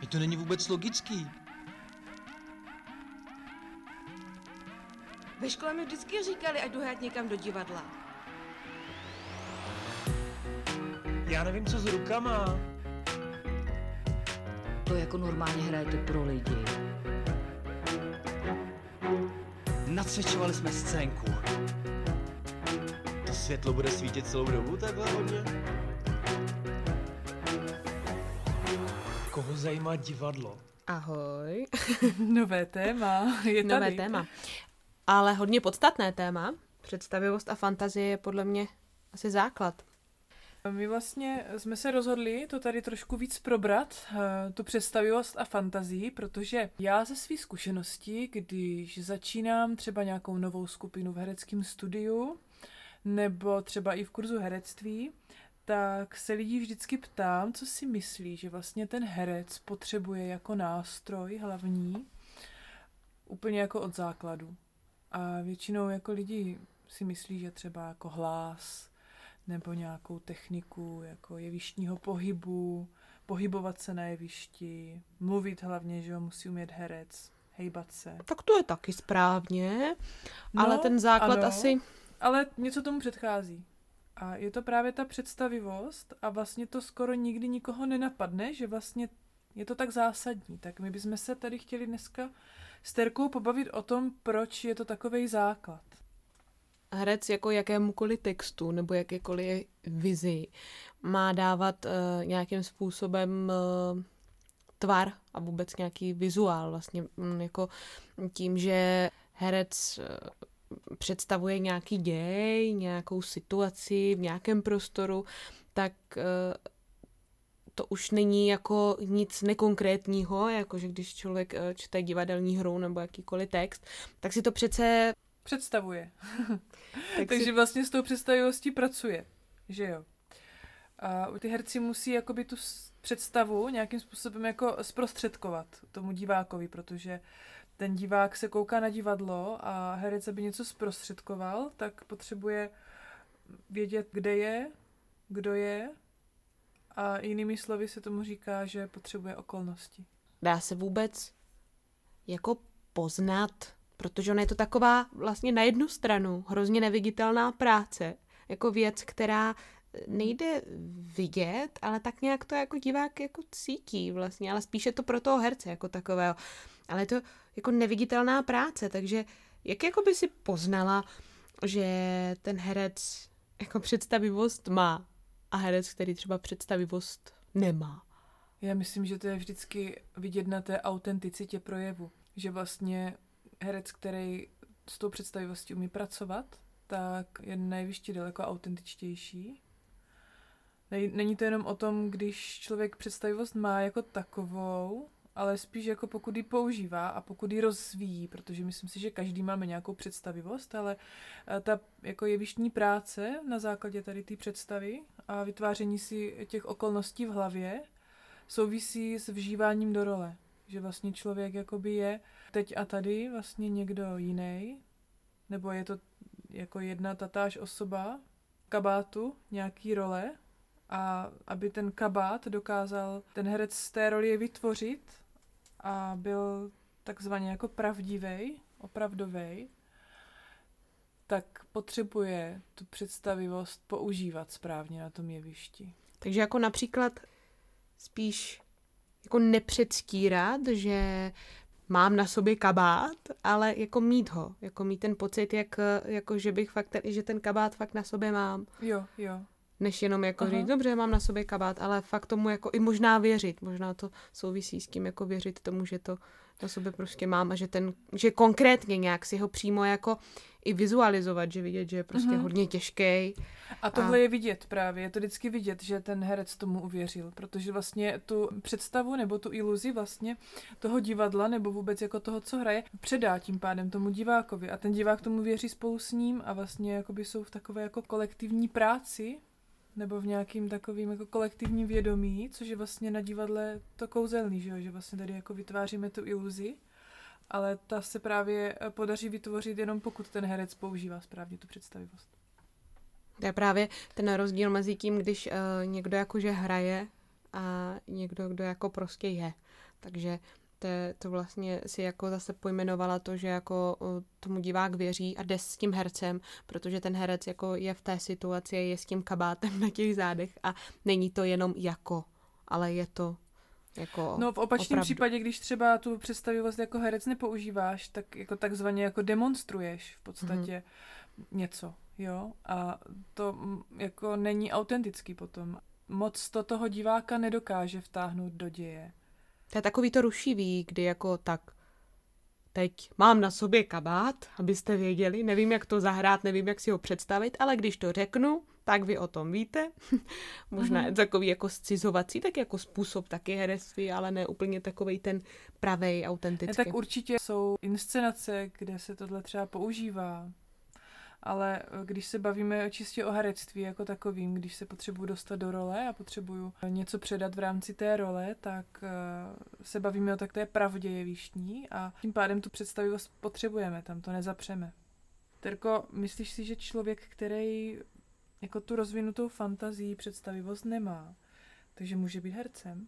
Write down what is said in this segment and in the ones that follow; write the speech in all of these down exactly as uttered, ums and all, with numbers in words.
Teď to není vůbec logický. Ve škole mi vždycky říkali, ať jdu hrát někam do divadla. Já nevím, co s rukama. To jako normálně hrajete pro lidi. Nacvičovali jsme scénku. To světlo bude svítit celou dobu takhle hodně? Koho zajímá divadlo? Ahoj. Nové téma je tady. Nové téma. Ale hodně podstatné téma. Představivost a fantazie je podle mě asi základ. My vlastně jsme se rozhodli to tady trošku víc probrat, tu představivost a fantazii, protože já ze svých zkušeností, když začínám třeba nějakou novou skupinu v hereckém studiu, nebo třeba i v kurzu herectví, tak se lidí vždycky ptám, co si myslí, že vlastně ten herec potřebuje jako nástroj hlavní, úplně jako od základu. A většinou jako lidi si myslí, že třeba jako hlas, nebo nějakou techniku jako jevištního pohybu, pohybovat se na jevišti, mluvit hlavně, že jo, musí umět herec, hejbat se. Tak to je taky správně, no, ale ten základ ano, asi... Ale něco tomu předchází. A je to právě ta představivost a vlastně to skoro nikdy nikoho nenapadne, že vlastně je to tak zásadní. Tak my bychom se tady chtěli dneska s Terkou pobavit o tom, proč je to takovej základ. Herec jako jakémukoliv textu nebo jakékoliv vizi má dávat uh, nějakým způsobem uh, tvar a vůbec nějaký vizuál. Vlastně um, jako tím, že herec uh, představuje nějaký děj, nějakou situaci v nějakém prostoru, tak uh, to už není jako nic nekonkrétního, jakože když člověk uh, čte divadelní hru nebo jakýkoliv text, tak si to přece představuje. tak Takže si... vlastně s tou představivostí pracuje, že jo. A ty herci musí jakoby tu představu nějakým způsobem jako zprostředkovat tomu divákovi, protože ten divák se kouká na divadlo a herec, aby něco zprostředkoval, tak potřebuje vědět, kde je, kdo je a jinými slovy se tomu říká, že potřebuje okolnosti. Dá se vůbec jako poznat, protože ona je to taková vlastně na jednu stranu hrozně neviditelná práce, jako věc, která nejde vidět, ale tak nějak to jako divák jako cítí vlastně, ale spíše to pro toho herce jako takového. Ale je to jako neviditelná práce, takže jak jako by si poznala, že ten herec jako představivost má a herec, který třeba představivost nemá? Já myslím, že to je vždycky vidět na té autenticitě projevu, že vlastně herec, který s tou představivostí umí pracovat, tak je nejvyšší daleko autentičtější. Není to jenom o tom, když člověk představivost má jako takovou, ale spíš jako pokud ji používá a pokud ji rozvíjí, protože myslím si, že každý máme nějakou představivost, ale ta jako jevištní práce na základě tady té představy a vytváření si těch okolností v hlavě souvisí s vžíváním do role. Že vlastně člověk jakoby je teď a tady vlastně někdo jiný, nebo je to jako jedna tatáž osoba kabátu, nějaký role a aby ten kabát dokázal ten herec z té roli vytvořit a byl takzvaně jako pravdivý, opravdový, tak potřebuje tu představivost používat správně na tom jevišti. Takže jako například spíš jako nepředstírat, že mám na sobě kabát, ale jako mít ho, jako mít ten pocit, jak, jako že bych fakt, že ten kabát fakt na sobě mám. Jo, jo. Než jenom jako Aha. říct, dobře, mám na sobě kabát, ale fakt tomu jako i možná věřit. Možná to souvisí s tím jako věřit tomu, že to na sobě prostě mám a že ten, že konkrétně nějak si ho přímo jako i vizualizovat, že vidět, že je prostě mm-hmm. hodně těžký. A tohle a... je vidět právě, je to vždycky vidět, že ten herec tomu uvěřil, protože vlastně tu představu nebo tu iluzi vlastně toho divadla nebo vůbec jako toho, co hraje, předá tím pádem tomu divákovi a ten divák tomu věří spolu s ním a vlastně jakoby jsou v takové jako kolektivní práci nebo v nějakým takovým jako kolektivním vědomí, což je vlastně na divadle to kouzelný, že, jo? Že vlastně tady jako vytváříme tu iluzi, ale ta se právě podaří vytvořit jenom pokud ten herec používá správně tu představivost. To je právě ten rozdíl mezi tím, když uh, někdo jakože hraje a někdo, kdo jako prostě je. Takže to, to vlastně si jako zase pojmenovala to, že jako tomu divák věří a jde s tím hercem, protože ten herec jako je v té situaci, je s tím kabátem na těch zádech a není to jenom jako, ale je to jako No v opačném opravdu. případě, když třeba tu představivost jako herec nepoužíváš, tak jako takzvaně jako demonstruješ v podstatě mm-hmm. něco, jo, a to jako není autentický potom. Moc to toho diváka nedokáže vtáhnout do děje. To je takový to rušivý, kdy jako tak teď mám na sobě kabát, abyste věděli, nevím, jak to zahrát, nevím, jak si ho představit, ale když to řeknu, tak vy o tom víte. Možná mm-hmm. takový jako scizovací, tak jako způsob taky herectví, ale ne úplně takovej ten pravej, autentický. Ne, tak určitě jsou inscenace, kde se tohle třeba používá. Ale když se bavíme čistě o herectví jako takovým, když se potřebuju dostat do role a potřebuju něco předat v rámci té role, tak se bavíme o takové pravdě jevištní a tím pádem tu představivost potřebujeme, tam to nezapřeme. Terko, myslíš si, že člověk, který jako tu rozvinutou fantazii, představivost nemá, takže může být hercem?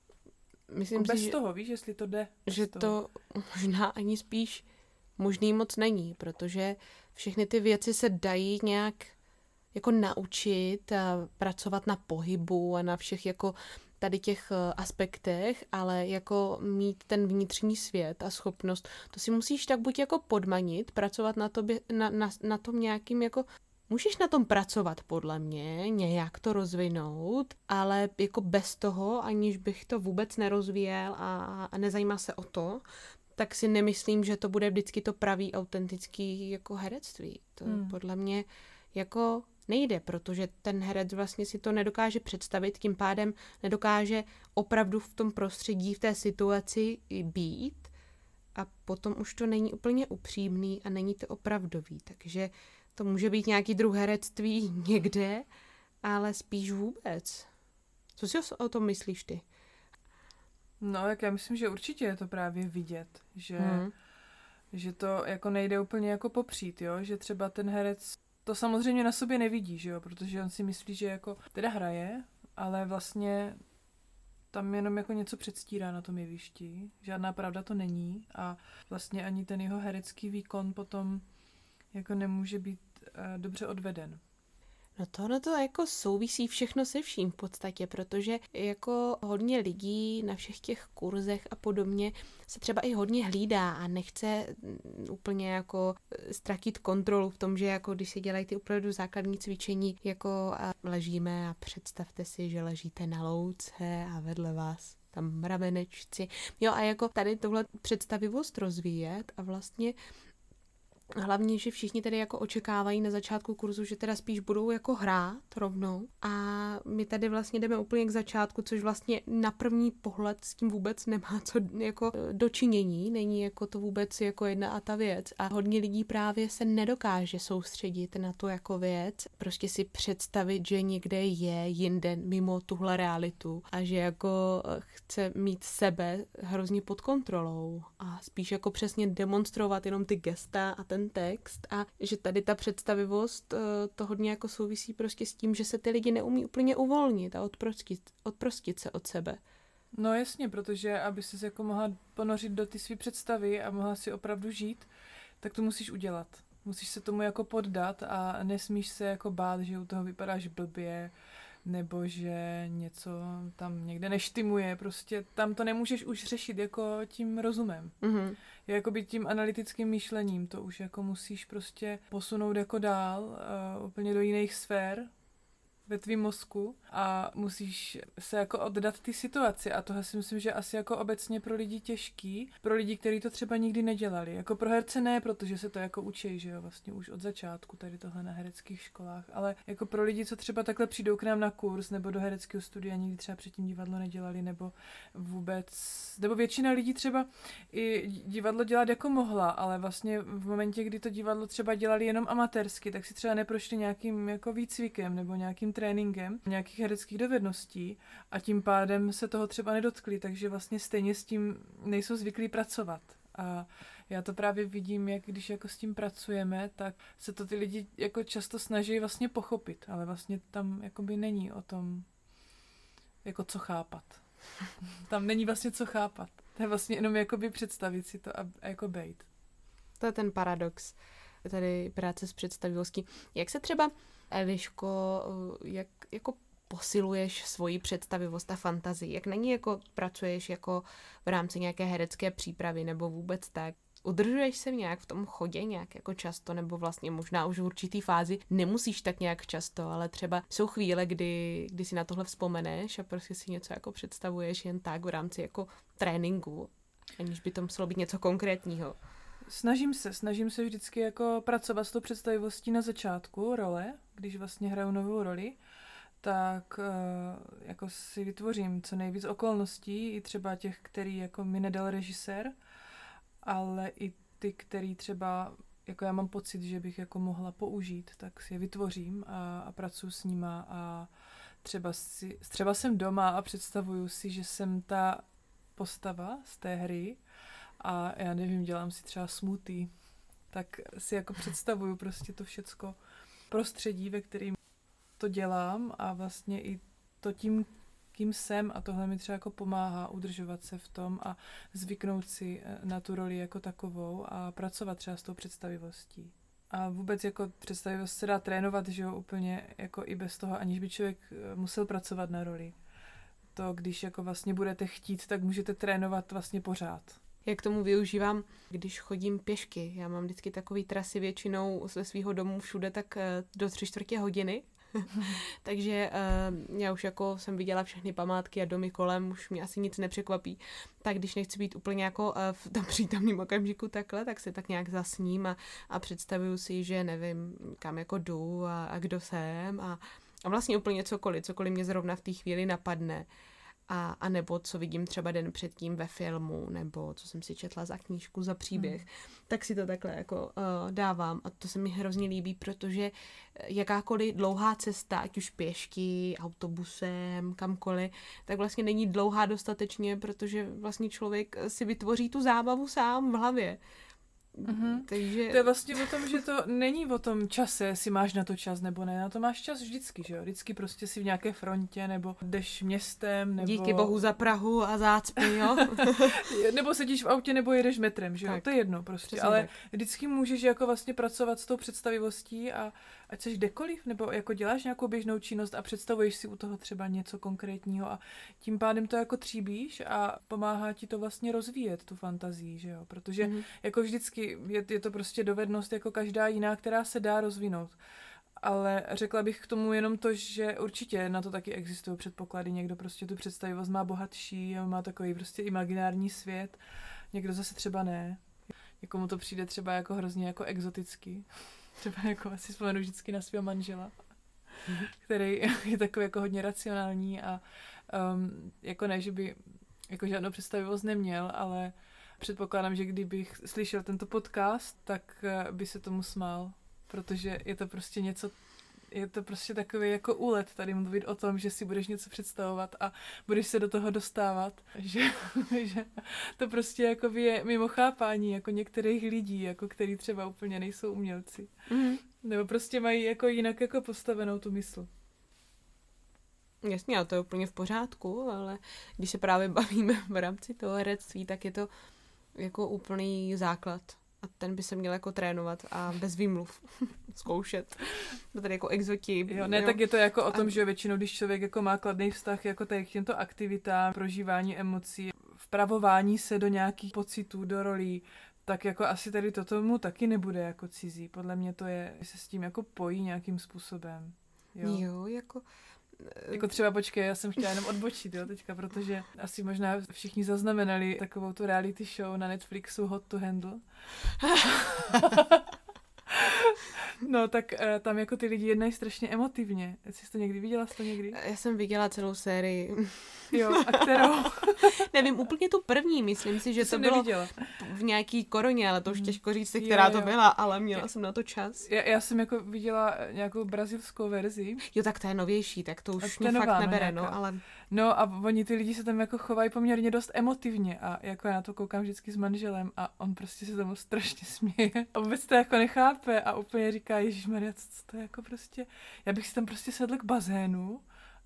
Myslím bez si, že, toho, víš, jestli to jde? Že toho. to možná ani spíš možný moc není, protože všechny ty věci se dají nějak jako naučit a pracovat na pohybu a na všech jako tady těch aspektech, ale jako mít ten vnitřní svět a schopnost, to si musíš tak buď jako podmanit, pracovat na, tobě, na, na, na tom nějakým jako můžeš na tom pracovat podle mě, nějak to rozvinout, ale jako bez toho, aniž bych to vůbec nerozvíjel a, a nezajímá se o to, tak si nemyslím, že to bude vždycky to pravý, autentický jako herectví. To hmm. podle mě jako nejde, protože ten herec vlastně si to nedokáže představit, tím pádem nedokáže opravdu v tom prostředí, v té situaci být a potom už to není úplně upřímný a není to opravdový. Takže to může být nějaký druh herectví někde, ale spíš vůbec. Co si o tom myslíš ty? No, jak já myslím, že určitě je to právě vidět, že, hmm. že to jako nejde úplně jako popřít, jo, že třeba ten herec to samozřejmě na sobě nevidí, že jo, protože on si myslí, že jako teda hraje, ale vlastně tam jenom jako něco předstírá na tom jevišti, žádná pravda to není a vlastně ani ten jeho herecký výkon potom jako nemůže být uh, dobře odveden. No tohle to jako souvisí všechno se vším v podstatě, protože jako hodně lidí na všech těch kurzech a podobně se třeba i hodně hlídá a nechce úplně jako ztratit kontrolu v tom, že jako když se dělají ty opravdu základní cvičení, jako a ležíme a představte si, že ležíte na louce a vedle vás tam mravenečci. Jo a jako tady tohle představivost rozvíjet a vlastně hlavně, že všichni tady jako očekávají na začátku kurzu, že teda spíš budou jako hrát rovnou a my tady vlastně jdeme úplně k začátku, což vlastně na první pohled s tím vůbec nemá co jako dočinění, není jako to vůbec jako jedna a ta věc a hodně lidí právě se nedokáže soustředit na to jako věc, prostě si představit, že někde je jinde mimo tuhle realitu a že jako chce mít sebe hrozně pod kontrolou a spíš jako přesně demonstrovat jenom ty gesta a ten text a že tady ta představivost to hodně jako souvisí prostě s tím, že se ty lidi neumí úplně uvolnit a odprostit, odprostit se od sebe. No jasně, protože aby ses jako mohla ponořit do ty své představy a mohla si opravdu žít, tak to musíš udělat. Musíš se tomu jako poddat a nesmíš se jako bát, že u toho vypadáš blbě, nebo že něco tam někde neštimuje, prostě tam to nemůžeš už řešit jako tím rozumem. Mm-hmm. Jako být tím analytickým myšlením, to už jako musíš prostě posunout jako dál, uh, úplně do jiných sfér ve tvým mozku a musíš se jako oddat ty situaci a tohle si myslím, že asi jako obecně pro lidi těžký, pro lidi, kteří to třeba nikdy nedělali. Jako pro herce ne, protože se to jako učí, že jo, vlastně už od začátku tady tohle na hereckých školách, ale jako pro lidi, co třeba takhle přijdou k nám na kurz nebo do hereckého studia, nikdy třeba předtím divadlo nedělali nebo vůbec, nebo většina lidí třeba i divadlo dělat jako mohla, ale vlastně v momentě, kdy to divadlo třeba dělali jenom amatérsky, tak si třeba neprošli nějakým jako výcvikem nebo nějakým tréninkem nějakých hereckých dovedností a tím pádem se toho třeba nedotkli, takže vlastně stejně s tím nejsou zvyklí pracovat. A já to právě vidím, jak když jako s tím pracujeme, tak se to ty lidi jako často snaží vlastně pochopit, ale vlastně tam jakoby není o tom jako co chápat. Tam není vlastně co chápat. To je vlastně jenom jakoby představit si to a, a jako bejt. To je ten paradox tady práce s představivostí. Jak se třeba, Eliško, jak jako posiluješ svoji představivost a fantazii? Jak na ní jako pracuješ jako v rámci nějaké herecké přípravy nebo vůbec tak? Udržuješ se nějak v tom chodě nějak jako často, nebo vlastně možná už v určitý fázi nemusíš tak nějak často, ale třeba jsou chvíle, kdy, kdy si na tohle vzpomeneš a prostě si něco jako představuješ jen tak v rámci jako tréninku, aniž by to muselo být něco konkrétního. Snažím se, snažím se vždycky jako pracovat s tou představivostí na začátku role, když vlastně hraju novou roli, tak uh, jako si vytvořím co nejvíc okolností, i třeba těch, který jako mi nedal režisér, ale i ty, který třeba jako já mám pocit, že bych jako mohla použít, tak si je vytvořím a, a pracuji s nima a třeba, si, třeba jsem doma a představuju si, že jsem ta postava z té hry a já nevím, dělám si třeba smoothie, tak si jako představuju prostě to všecko prostředí, ve kterém to dělám a vlastně i to tím, kým jsem a tohle mi třeba jako pomáhá udržovat se v tom a zvyknout si na tu roli jako takovou a pracovat třeba s tou představivostí. A vůbec jako představivost se dá trénovat, že jo, úplně jako i bez toho, aniž by člověk musel pracovat na roli. To, když jako vlastně budete chtít, tak můžete trénovat vlastně pořád. Jak k tomu využívám, když chodím pěšky. Já mám vždycky takový trasy většinou ze svého domu všude tak do tři čtvrtě hodiny. Takže uh, já už jako jsem viděla všechny památky a domy kolem, už mě asi nic nepřekvapí. Tak když nechci být úplně jako uh, v tom přítomném okamžiku takhle, tak se tak nějak zasním a, a představuju si, že nevím, kam jako jdu a, a kdo jsem a, a vlastně úplně cokoliv, cokoliv mě zrovna v té chvíli napadne. A, a nebo co vidím třeba den předtím ve filmu, nebo co jsem si četla za knížku, za příběh, mm. tak si to takhle jako uh, dávám. A to se mi hrozně líbí, protože jakákoliv dlouhá cesta, ať už pěšky, autobusem, kamkoliv, tak vlastně není dlouhá dostatečně, protože vlastně člověk si vytvoří tu zábavu sám v hlavě. Mm-hmm. Takže... To je vlastně o tom, že to není o tom čase, jestli máš na to čas nebo ne. Na to máš čas vždycky, že jo? Vždycky prostě si v nějaké frontě, nebo jdeš městem, nebo... Díky bohu za Prahu a zácpy, jo? Nebo sedíš v autě, nebo jedeš metrem, že jo? Tak. To je jedno prostě. Přesně ale tak. Vždycky můžeš jako vlastně pracovat s tou představivostí a ať seš kdekoliv, nebo jako děláš nějakou běžnou činnost a představuješ si u toho třeba něco konkrétního a tím pádem to jako tříbíš a pomáhá ti to vlastně rozvíjet, tu fantazii, že jo? Protože mm-hmm. jako vždycky Je, je to prostě dovednost jako každá jiná, která se dá rozvinout. Ale řekla bych k tomu jenom to, že určitě na to taky existují předpoklady. Někdo prostě tu představivost má bohatší, má takový prostě imaginární svět. Někdo zase třeba ne. Někomu to přijde třeba jako hrozně jako exotický. Třeba jako asi vzpomenu vždycky na svého manžela, mm-hmm. který je takový jako hodně racionální a um, jako ne, že by jako žádnou představivost neměl, ale předpokládám, že kdybych slyšel tento podcast, tak by se tomu smál, protože je to prostě něco, je to prostě takový jako úlet tady mluvit o tom, že si budeš něco představovat a budeš se do toho dostávat, že, že to prostě jako je mimo chápání jako některých lidí, jako který třeba úplně nejsou umělci. Mm. Nebo prostě mají jako jinak jako postavenou tu mysl. Jasně, ale to je úplně v pořádku, ale když se právě bavíme v rámci toho herectví, tak je to jako úplný základ. A ten by se měl jako trénovat a bez výmluv zkoušet. To tady jako exoti. Jo, ne, jo. Tak je to jako o tom, a... že většinou, když člověk jako má kladný vztah jako tady k těmto aktivitám, prožívání emocí, vpravování se do nějakých pocitů, do rolí, tak jako asi tady to tomu taky nebude jako cizí. Podle mě to je, se s tím jako pojí nějakým způsobem. Jo, jo jako... Jako třeba, počkej, já jsem chtěla jenom odbočit, jo, teďka, protože asi možná všichni zaznamenali takovou tu reality show na Netflixu Hot to Handle. No, tak uh, tam jako ty lidi jednají strašně emotivně. Jsi to někdy viděla? Jsi to někdy? Já jsem viděla celou sérii. Jo, a kterou? Nevím, úplně tu první, myslím si, že to, to bylo neviděla. V nějaký koroně, ale to už těžko říct, která jo, jo. to byla, ale měla jsem na to čas. Já, já jsem jako viděla nějakou brazilskou verzi. Jo, tak ta je novější, tak to už mě fakt nebere, no, ale... No a oni ty lidi se tam jako chovají poměrně dost emotivně a jako já na to koukám vždycky s manželem a on prostě se tomu strašně směje a vůbec to jako nechápe a úplně říká, ježišmarja, co to je jako prostě, já bych si tam prostě sedl k bazénu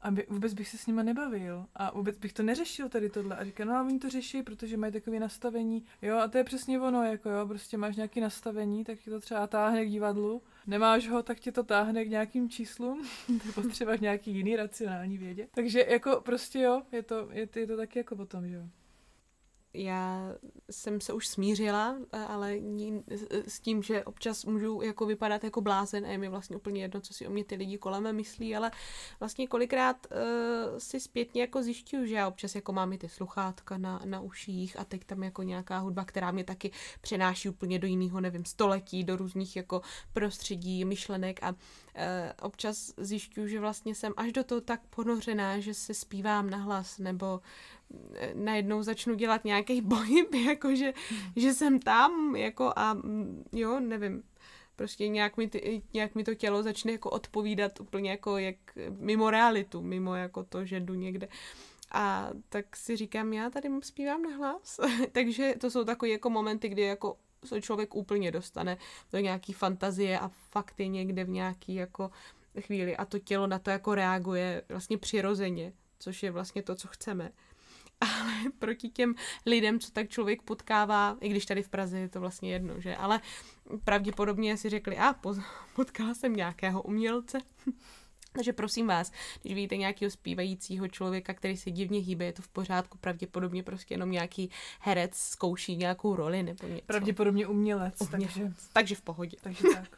a by, vůbec bych se s nima nebavil a vůbec bych to neřešil tady tohle a říkám, no a oni to řeší, protože mají takové nastavení, jo, a to je přesně ono, jako jo, prostě máš nějaké nastavení, tak ti to třeba táhne k divadlu, nemáš ho, tak tě to táhne k nějakým číslům, to je potřeba k nějaký jiný racionální vědě, takže jako prostě jo, je to, je, je to taky jako potom, že jo. Já jsem se už smířila, ale s tím, že občas můžu jako vypadat jako blázen a je mi vlastně úplně jedno, co si o mě ty lidi kolem myslí, ale vlastně kolikrát uh, si zpětně jako zjišťuju, že já občas jako mám i ty sluchátka na, na uších a teď tam jako nějaká hudba, která mě taky přenáší úplně do jiného, nevím, století, do různých jako prostředí, myšlenek a uh, občas zjišťuju, že vlastně jsem až do toho tak ponořená, že se zpívám nahlas nebo najednou začnu dělat nějaký pohyb, jakože, že jsem tam, jako a jo, nevím, prostě nějak mi, ty, nějak mi to tělo začne jako odpovídat úplně jako jak mimo realitu, mimo jako to, že jdu někde. A tak si říkám, já tady zpívám nahlas. Takže to jsou takové jako momenty, kdy jako se člověk úplně dostane do nějaký fantazie a fakt je někde v nějaký jako chvíli a to tělo na to jako reaguje vlastně přirozeně, což je vlastně to, co chceme. Ale proti těm lidem, co tak člověk potkává, i když tady v Praze je to vlastně jedno, že? Ale pravděpodobně si řekli, a ah, potkala jsem nějakého umělce. Takže prosím vás, když vidíte nějakého zpívajícího člověka, který se divně hýbe, je to v pořádku, pravděpodobně prostě jenom nějaký herec zkouší nějakou roli nebo něco. Pravděpodobně umělec, umělec. takže... takže v pohodě. Takže tak.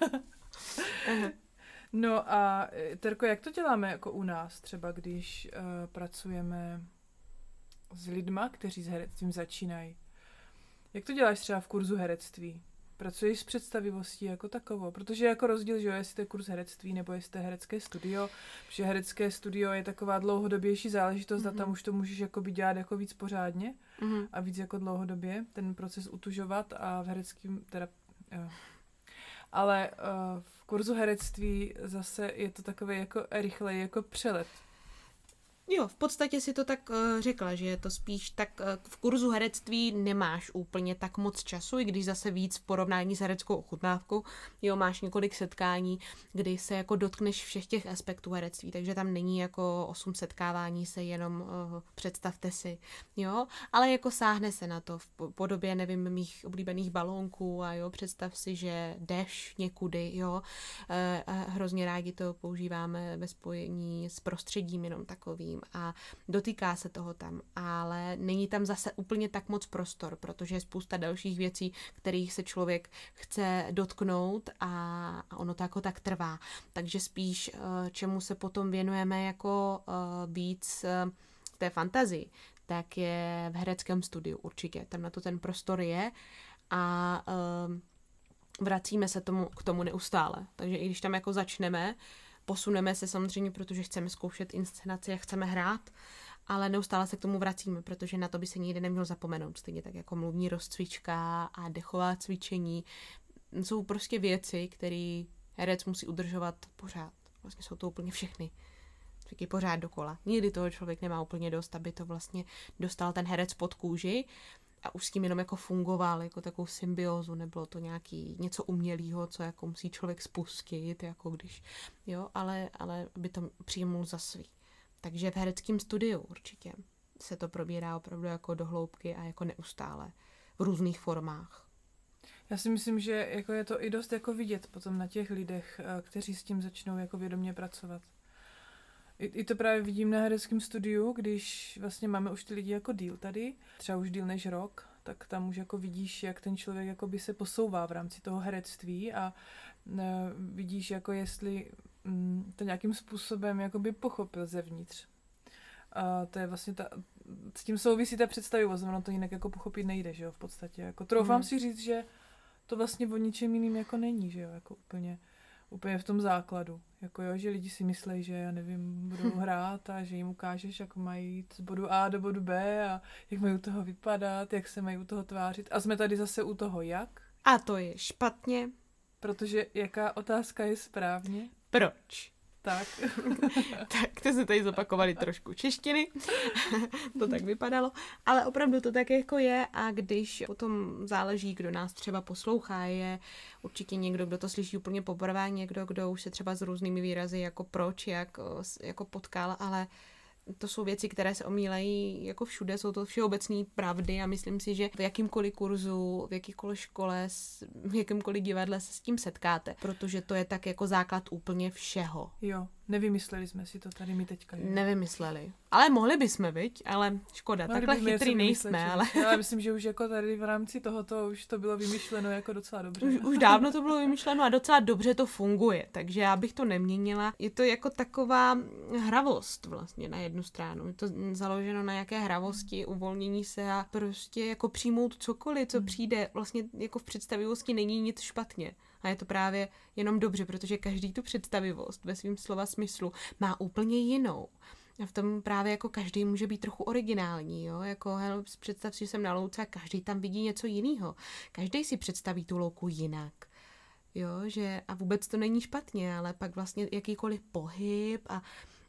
No a Terko, jak to děláme jako u nás, třeba když uh, pracujeme s lidma, kteří s herectvím začínají? Jak to děláš třeba v kurzu herectví? Pracuješ s představivostí jako takovou? Protože jako rozdíl, že jo, jestli to je kurz herectví nebo jestli to je herecké studio, protože herecké studio je taková dlouhodobější záležitost mm-hmm. a tam už to můžeš jakoby dělat jako víc pořádně mm-hmm. a víc jako dlouhodobě ten proces utužovat a v hereckém teda... Jo. Ale uh, v kurzu herectví zase je to takové jako rychlej jako přelet. Jo, v podstatě si to tak uh, řekla, že je to spíš tak, uh, v kurzu herectví nemáš úplně tak moc času, i když zase víc v porovnání s hereckou ochutnávkou, jo, máš několik setkání, kdy se jako dotkneš všech těch aspektů herectví, takže tam není jako osm setkávání se jenom uh, představte si, jo, ale jako sáhne se na to v podobě, nevím, mých oblíbených balónků a jo, představ si, že jdeš někudy, jo, uh, hrozně rádi to používáme ve spojení s prostředím jenom takovým, a dotýká se toho tam, ale není tam zase úplně tak moc prostor, protože je spousta dalších věcí, kterých se člověk chce dotknout a ono to jako tak trvá. Takže spíš čemu se potom věnujeme jako víc v té fantazii, tak je v hereckém studiu určitě. Tam na to ten prostor je a vracíme se tomu, k tomu neustále. Takže i když tam jako začneme, posuneme se samozřejmě, protože chceme zkoušet inscenaci a chceme hrát, ale neustále se k tomu vracíme, protože na to by se nikdy neměl zapomenout. Stejně tak jako mluvní rozcvička a dechová cvičení. Jsou prostě věci, které herec musí udržovat pořád. Vlastně jsou to úplně všechny. Taky pořád dokola. Nikdy toho člověk nemá úplně dost, aby to vlastně dostal ten herec pod kůži a už s tím jenom jako fungoval, jako takovou symbiózu, nebylo to nějaký něco umělého, co jako musí člověk spustit, jako když, jo, ale, ale aby to přijmul za svý. Takže v hereckém studiu určitě se to probírá opravdu jako do hloubky a jako neustále v různých formách. Já si myslím, že jako je to i dost jako vidět potom na těch lidech, kteří s tím začnou jako vědomě pracovat. I, I to právě vidím na hereckém studiu, když vlastně máme už ty lidi jako díl tady, třeba už díl než rok, tak tam už jako vidíš, jak ten člověk jako by se posouvá v rámci toho herectví a ne, vidíš, jako jestli mm, to nějakým způsobem jako by pochopil zevnitř. A to je vlastně ta, s tím souvisí ta představivost, ono to jinak jako pochopit nejde, že jo, v podstatě. Jako troufám mm. si říct, že to vlastně o ničem jiným jako není, že jo, jako úplně, úplně v tom základu. Jako jo, že lidi si myslejí, že já nevím, budou hrát a že jim ukážeš, jak mají jít z bodu A do bodu B a jak mají u toho vypadat, jak se mají u toho tvářit. A jsme tady zase u toho jak. A to je špatně. Protože jaká otázka je správně? Proč? Tak. Tak to se tady zopakovali trošku češtiny, to tak vypadalo, ale opravdu to tak jako je a když potom záleží, kdo nás třeba poslouchá, je určitě někdo, kdo to slyší úplně poprvé, někdo, kdo už se třeba s různými výrazy jako proč, jak jako potkal, ale to jsou věci, které se omílají jako všude, jsou to všeobecné pravdy a myslím si, že v jakýmkoliv kurzu, v jakýkoliv škole, v jakýmkoliv divadle se s tím setkáte, protože to je tak jako základ úplně všeho. Jo, nevymysleli jsme si to tady my teďka. Jo. Nevymysleli. Ale mohli bychom, viď? Ale škoda, mohli takhle chytrý nejsme, vymyslet, ale... Já myslím, že už jako tady v rámci tohoto už to bylo vymyšleno jako docela dobře. Už, už dávno to bylo vymyšleno a docela dobře to funguje, takže já bych to neměnila. Je to jako taková hravost vlastně na jednu stranu. Je to založeno na nějaké hravosti, uvolnění se a prostě jako přijmout cokoliv, co hmm. přijde. Vlastně jako v představivosti není nic špatně. A je to právě jenom dobře, protože každý tu představivost ve svým slova smyslu má úplně jinou. A v tom právě jako každý může být trochu originální, jo, jako hele, představ si, že jsem na louce a každý tam vidí něco jiného. Každý si představí tu louku jinak, jo, že a vůbec to není špatně, ale pak vlastně jakýkoliv pohyb a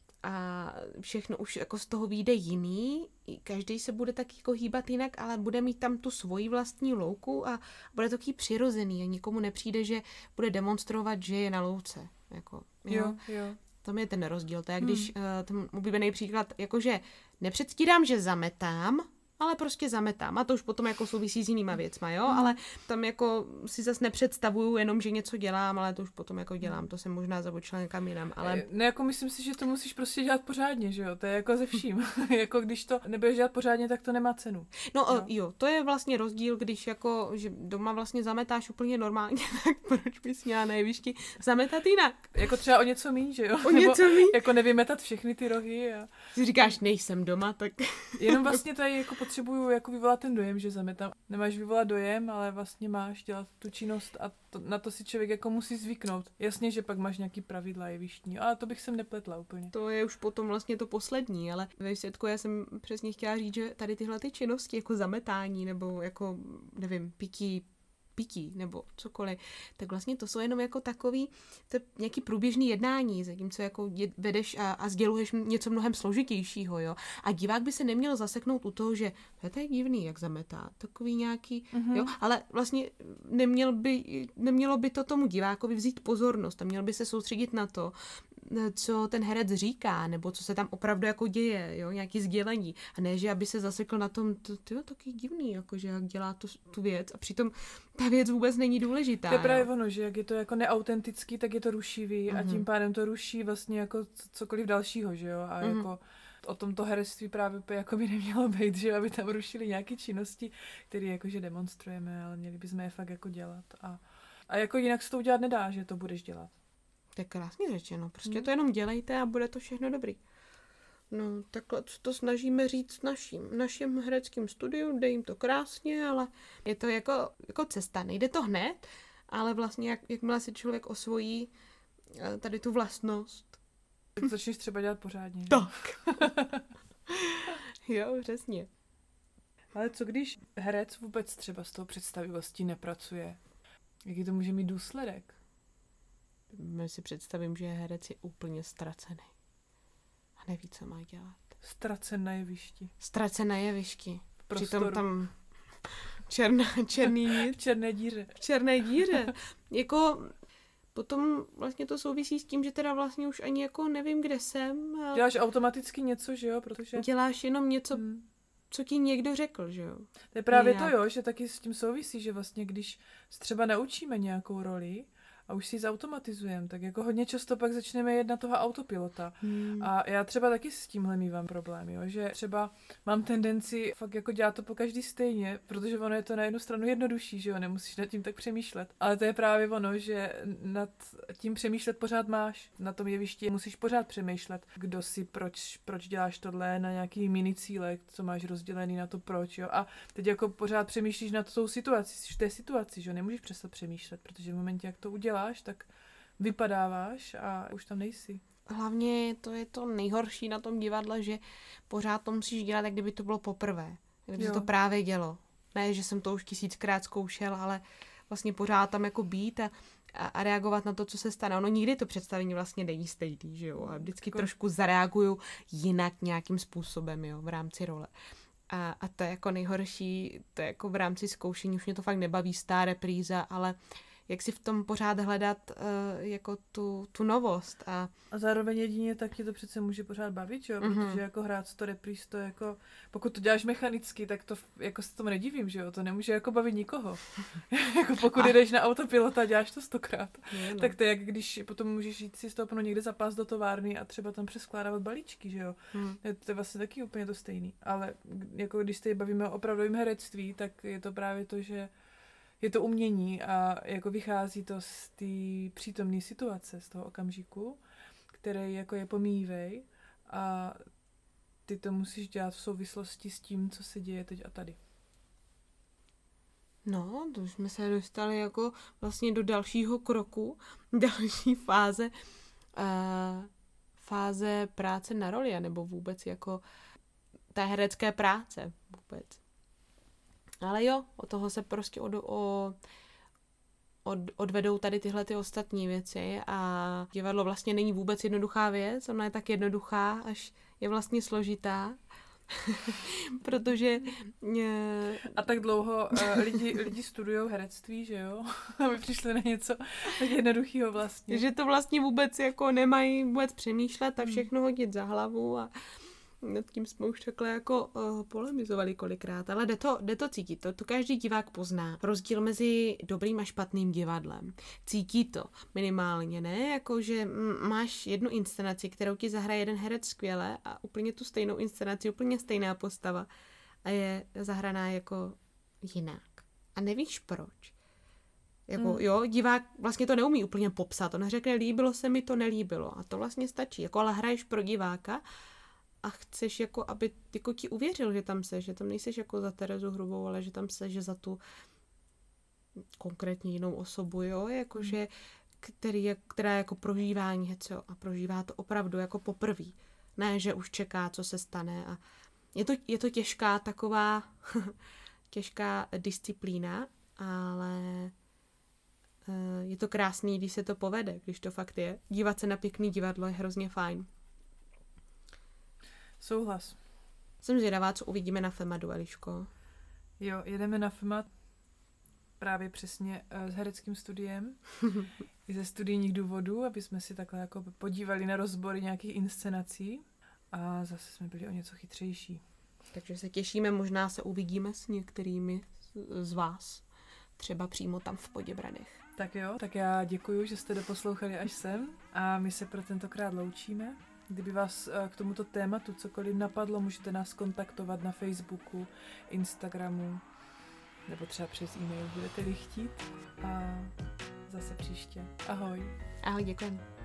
a všechno už jako z toho vyjde jiný, každý se bude tak jako hýbat jinak, ale bude mít tam tu svoji vlastní louku a bude to takový přirozený a nikomu nepřijde, že bude demonstrovat, že je na louce. Jako, jo, jo. jo. Tam je ten rozdíl. To je, když hmm. uh, ten oblíbený příklad, jakože nepředstírám, že zametám, ale prostě zametám. A to už potom jako souvisí s jinýma věcma, jo? Hmm. Ale tam jako si zase nepředstavuju jenom, že něco dělám, ale to už potom jako dělám. To jsem možná zabočila někam jinam, ale... Ne, jako myslím si, že to musíš prostě dělat pořádně, že jo? To je jako ze vším. Jako když to nebudeš dělat pořádně, tak to nemá cenu. No jo. jo, to je vlastně rozdíl, když jako, že doma vlastně zametáš úplně normálně, tak proč bys měla na jevišti zametat jinak? Jako třeba o něco míň, že jo? O něco míň. Jako nevymetat všechny ty rohy a... Ty říkáš, nejsem doma, tak... Jenom vlastně tady jako potřebuju jako vyvolat ten dojem, že zametám. Nemáš vyvolat dojem, ale vlastně máš dělat tu činnost a to, na to si člověk jako musí zvyknout. Jasně, že pak máš nějaký pravidla jevištní, ale to bych sem nepletla úplně. To je už potom vlastně to poslední, ale ve výsledku já jsem přesně chtěla říct, že tady tyhle ty činnosti, jako zametání nebo jako, nevím, pití, pití nebo cokoliv, tak vlastně to jsou jenom jako takový to je nějaký průběžný jednání, zatímco jako je, vedeš a, a sděluješ něco mnohem složitějšího, jo. A divák by se neměl zaseknout u toho, že to je divný, jak zametá, takový nějaký, mm-hmm. jo, ale vlastně neměl by, nemělo by to tomu divákovi vzít pozornost a měl by se soustředit na to, co ten herec říká, nebo co se tam opravdu jako děje, jo, nějaký sdělení. A ne, že aby se zasekl na tom, to, to je taky divný, jakože jak dělá tu, tu věc a přitom ta věc vůbec není důležitá. To je právě ono, že jak je to jako neautentický, tak je to rušivý mm-hmm. a tím pádem to ruší vlastně jako cokoliv dalšího, že jo, a mm-hmm. jako o tomto herectví právě jako by nemělo být, že aby tam rušili nějaké činnosti, které jakože demonstrujeme, ale měli bychom je fakt jako dělat a, a jako jinak se to udělat nedá, že to budeš dělat. To je krásně řečeno. Prostě hmm. to jenom dělejte a bude to všechno dobrý. No, takhle to snažíme říct naším, našim hereckým studiu, jde jim to krásně, ale je to jako, jako cesta. Nejde to hned, ale vlastně jak, jakmile si člověk osvojí tady tu vlastnost. Tak začneš třeba dělat pořádně. Tak. Jo, přesně. Ale co když herec vůbec třeba s tou představivostí nepracuje? Jaký to může mít důsledek? My si představím, že herec je úplně ztracený. A neví, co má dělat. Ztracen na jevišti. Ztracen na jevišti. Prostoru. Přitom tam černá, černý nic. V černé díře. V černé díře. Jako potom vlastně to souvisí s tím, že teda vlastně už ani jako nevím, kde jsem. A děláš automaticky něco, že jo? Protože... Děláš jenom něco, hmm. co ti někdo řekl, že jo? To je právě Nějak. to, jo, že taky s tím souvisí, že vlastně když se třeba naučíme nějakou roli, a už si ji zautomatizujeme, tak jako hodně často pak začneme jet na toho autopilota. Hmm. A já třeba taky s tímhle mívám problém, jo? Že třeba mám tendenci fakt jako dělat to po každý stejně, protože ono je to na jednu stranu jednodušší, že jo, nemusíš nad tím tak přemýšlet. Ale to je právě ono, že nad tím přemýšlet pořád máš. Na tom jevišti musíš pořád přemýšlet, kdo si, proč, proč děláš tohle, na nějaký mini cíle, co máš rozdělený na to proč, jo. A teď jako pořád přemýšlíš nad tou situací, jsi v té situaci, že jo, nemůžeš přestat přemýšlet, protože v momentě, jak to uděláš, tak vypadáváš a už tam nejsi. Hlavně to je to nejhorší na tom divadle, že pořád to musíš dělat, jak kdyby to bylo poprvé. Kdyby se to právě dělo. Ne, že jsem to už tisíckrát zkoušel, ale vlastně pořád tam jako být a, a, a reagovat na to, co se stane. Ono nikdy to představení vlastně není stejný, že jo, a vždycky Jako... trošku zareaguju jinak nějakým způsobem, jo, v rámci role. A, a to je jako nejhorší, to je jako v rámci zkoušení, už mě to fakt nebaví, stá repríza, ale jak si v tom pořád hledat uh, jako tu, tu novost. A... a zároveň jedině tak ti to přece může pořád bavit, jo? Mm-hmm. Protože jako hrát sto repríz, to jako, pokud to děláš mechanicky, tak to jako se tomu nedivím, že jo? To nemůže jako bavit nikoho. Jako pokud a... jdeš na autopilota a děláš to stokrát, je, no. Tak to je jak když potom můžeš jít si stoupnout někde zapás do továrny a třeba tam přeskládávat balíčky, že jo? Mm. Je to je vlastně taky úplně to stejný. Ale jako když se bavíme o opravdovém herectví, tak je to právě to, že je to umění a jako vychází to z té přítomné situace, z toho okamžiku, který jako je pomíjivej a ty to musíš dělat v souvislosti s tím, co se děje teď a tady. No, to už jsme se dostali jako vlastně do dalšího kroku, další fáze, uh, fáze práce na roli, nebo vůbec jako té herecké práce vůbec. Ale jo, od toho se prostě od, o, od, odvedou tady tyhle ty ostatní věci a divadlo vlastně není vůbec jednoduchá věc, ona je tak jednoduchá, až je vlastně složitá, protože... Je... A tak dlouho uh, lidi, lidi studujou herectví, že jo? Aby přišli na něco tak jednoduchého vlastně. Že to vlastně vůbec jako nemají vůbec přemýšlet a všechno hodit za hlavu a nad tím jsme už takhle jako uh, polemizovali kolikrát, ale jde to, jde to cítit, to, to každý divák pozná. Rozdíl mezi dobrým a špatným divadlem. Cítí to minimálně, ne? Jako, že m- máš jednu inscenaci, kterou ti zahraje jeden herec skvěle a úplně tu stejnou inscenaci, úplně stejná postava a je zahraná jako jinak. A nevíš proč. Jako, mm. jo, divák vlastně to neumí úplně popsat, on řekne, líbilo se mi, to nelíbilo a to vlastně stačí, jako, ale hraješ pro diváka a chceš, jako, aby jako ti uvěřil, že tam seš, že tam nejseš jako za Terezu Hrubou, ale že tam seš, že za tu konkrétní jinou osobu, jo, jakože, který je, která jako prožívá něco a prožívá to opravdu jako poprví. Ne, že už čeká, co se stane a je to, je to těžká taková těžká disciplína, ale je to krásný, když se to povede, když to fakt je. Dívat se na pěkný divadlo je hrozně fajn. Souhlas. Jsem zvědavá, co uvidíme na FEMADu, Eliško. Jo, jedeme na FEMAD právě přesně uh, s hereckým studiem i ze studijních důvodů, aby jsme si takhle jako podívali na rozbory nějakých inscenací a zase jsme byli o něco chytřejší. Takže se těšíme, možná se uvidíme s některými z vás. Třeba přímo tam v Poděbradech. Tak jo, tak já děkuju, že jste doposlouchali až sem a my se pro tentokrát loučíme. Kdyby vás k tomuto tématu cokoliv napadlo, můžete nás kontaktovat na Facebooku, Instagramu nebo třeba přes e-mail, budete-li chtít. A zase příště. Ahoj. Ahoj, děkujeme.